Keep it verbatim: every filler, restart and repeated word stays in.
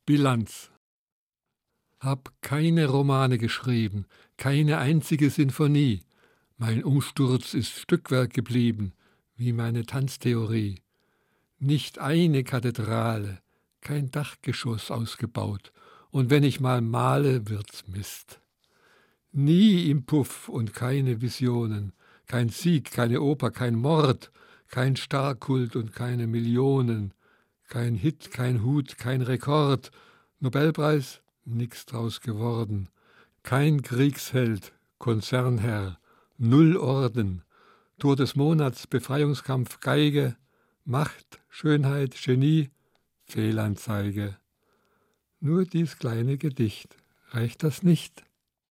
Bilanz. Hab keine Romane geschrieben, keine einzige Sinfonie. Mein Umsturz ist Stückwerk geblieben, wie meine Tanztheorie. Nicht eine Kathedrale, kein Dachgeschoss ausgebaut, und wenn ich mal male, wird's Mist. Nie im Puff und keine Visionen, kein Sieg, keine Oper, kein Mord, kein Starkult und keine Millionen, kein Hit, kein Hut, kein Rekord, Nobelpreis, nix draus geworden, kein Kriegsheld, Konzernherr, null Orden, Tor des Monats, Befreiungskampf, Geige, Macht, Schönheit, Genie, Fehlanzeige. Nur dies kleine Gedicht, reicht das nicht?